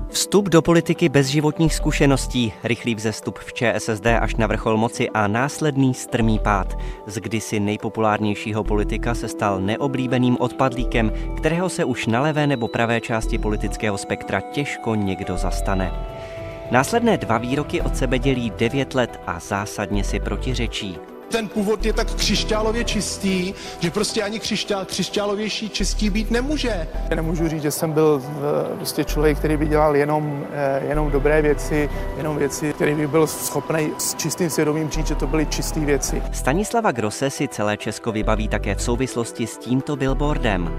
Vstup do politiky bez životních zkušeností, rychlý vzestup v ČSSD až na vrchol moci a následný strmý pád. Z kdysi nejpopulárnějšího politika se stal neoblíbeným odpadlíkem, kterého se už na levé nebo pravé části politického spektra těžko někdo zastane. Následné 2 výroky od sebe dělí 9 let a zásadně si protiřečí. Ten původ je tak křišťálově čistý, že prostě ani křišťálovější čistý být nemůže. Nemůžu říct, že jsem byl prostě člověk, který by dělal jenom dobré věci, jenom věci, který by byl schopný s čistým svědomím říct, že to byly čisté věci. Stanislava Grosse si celé Česko vybaví také v souvislosti s tímto billboardem.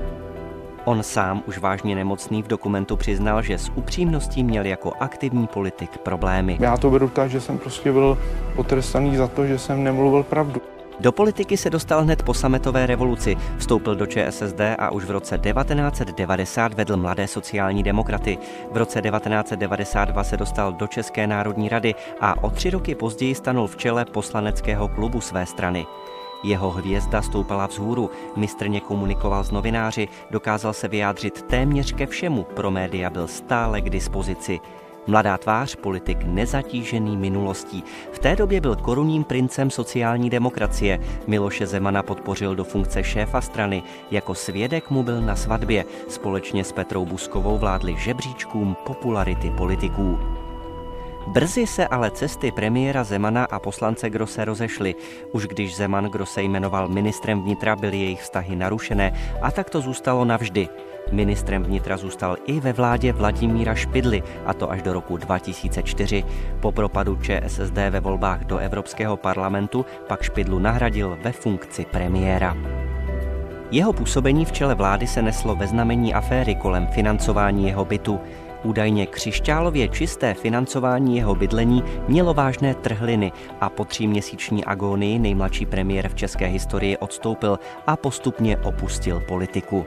On sám, už vážně nemocný, v dokumentu přiznal, že s upřímností měl jako aktivní politik problémy. Já to beru tak, že jsem prostě byl potrestaný za to, že jsem nemluvil pravdu. Do politiky se dostal hned po sametové revoluci, vstoupil do ČSSD a už v roce 1990 vedl Mladé sociální demokraty. V roce 1992 se dostal do České národní rady a o 3 roky později stanul v čele poslaneckého klubu své strany. Jeho hvězda stoupala vzhůru, mistrně komunikoval s novináři, dokázal se vyjádřit téměř ke všemu, pro média byl stále k dispozici. Mladá tvář, politik nezatížený minulostí. V té době byl korunním princem sociální demokracie. Miloše Zemana podpořil do funkce šéfa strany. Jako svědek mu byl na svatbě. Společně s Petrou Buzkovou vládli žebříčkům popularity politiků. Brzy se ale cesty premiéra Zemana a poslance Grosse rozešly. Už když Zeman Grosse jmenoval ministrem vnitra, byly jejich vztahy narušené a tak to zůstalo navždy. Ministrem vnitra zůstal i ve vládě Vladimíra Špidly, a to až do roku 2004. Po propadu ČSSD ve volbách do Evropského parlamentu pak Špidlu nahradil ve funkci premiéra. Jeho působení v čele vlády se neslo ve znamení aféry kolem financování jeho bytu. Údajně křišťálově čisté financování jeho bydlení mělo vážné trhliny a po 3měsíční agónii nejmladší premiér v české historii odstoupil a postupně opustil politiku.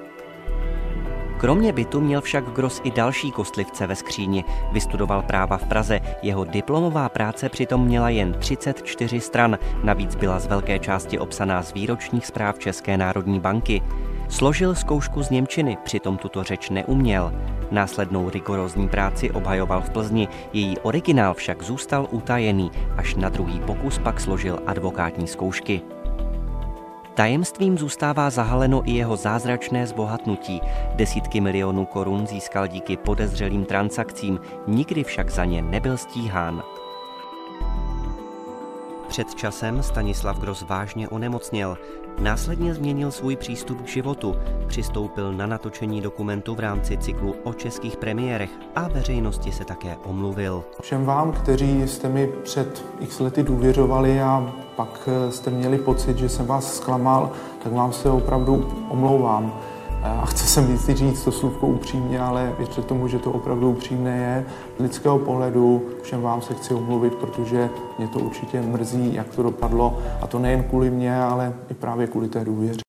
Kromě bytu měl však Gross i další kostlivce ve skříni. Vystudoval práva v Praze, jeho diplomová práce přitom měla jen 34 stran, navíc byla z velké části obsaná z výročních zpráv České národní banky. Složil zkoušku z němčiny, přitom tuto řeč neuměl. Následnou rigorózní práci obhajoval v Plzni, její originál však zůstal utajený, až na druhý pokus pak složil advokátní zkoušky. Tajemstvím zůstává zahaleno i jeho zázračné zbohatnutí. Desítky milionů korun získal díky podezřelým transakcím, nikdy však za ně nebyl stíhán. Před časem Stanislav Gross vážně onemocněl. Následně změnil svůj přístup k životu, přistoupil na natočení dokumentu v rámci cyklu o českých premiérech a veřejnosti se také omluvil. Všem vám, kteří jste mi před x lety důvěřovali a pak jste měli pocit, že jsem vás zklamal, tak vám se opravdu omlouvám. A chci se mi říct to slůvko upřímně, ale věřte tomu, že to opravdu upřímné je. Z lidského pohledu všem vám se chci omluvit, protože mě to určitě mrzí, jak to dopadlo. A to nejen kvůli mně, ale i právě kvůli té důvěře.